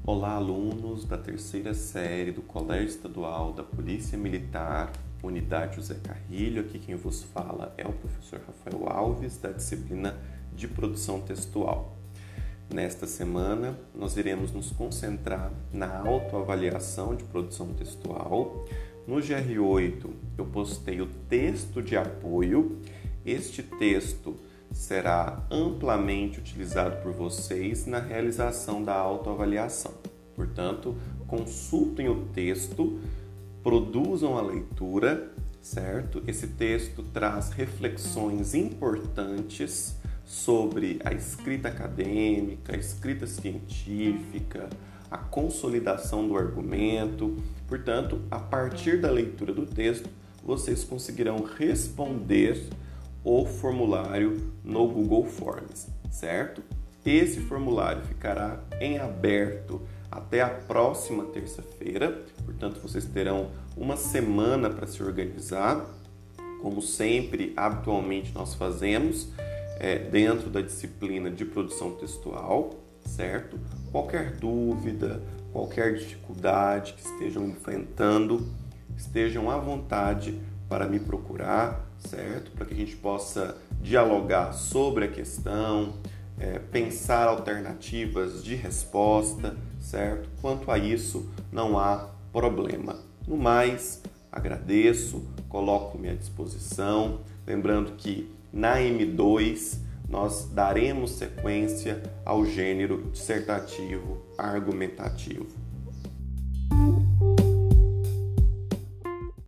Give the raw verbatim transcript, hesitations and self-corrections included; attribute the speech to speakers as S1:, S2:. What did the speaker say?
S1: Olá, alunos da terceira série do Colégio Estadual da Polícia Militar, Unidade José Carrilho. Aqui quem vos fala é o professor Rafael Alves, da disciplina de Produção Textual. Nesta semana, nós iremos nos concentrar na autoavaliação de produção textual. No G R oito, eu postei o texto de apoio. Este texto será amplamente utilizado por vocês na realização da autoavaliação. Portanto, consultem o texto, produzam a leitura, certo? Esse texto traz reflexões importantes sobre a escrita acadêmica, a escrita científica, a consolidação do argumento. Portanto, a partir da leitura do texto, vocês conseguirão responder o formulário no Google Forms, certo? Esse formulário ficará em aberto até a próxima terça-feira, portanto, vocês terão uma semana para se organizar, como sempre, habitualmente nós fazemos, é, dentro da disciplina de produção textual, certo? Qualquer dúvida, qualquer dificuldade que estejam enfrentando, estejam à vontade para me procurar, certo? Para que a gente possa dialogar sobre a questão, é, pensar alternativas de resposta, certo? Quanto a isso, não há problema. No mais, agradeço, coloco-me à disposição. Lembrando que na M dois nós daremos sequência ao gênero dissertativo argumentativo.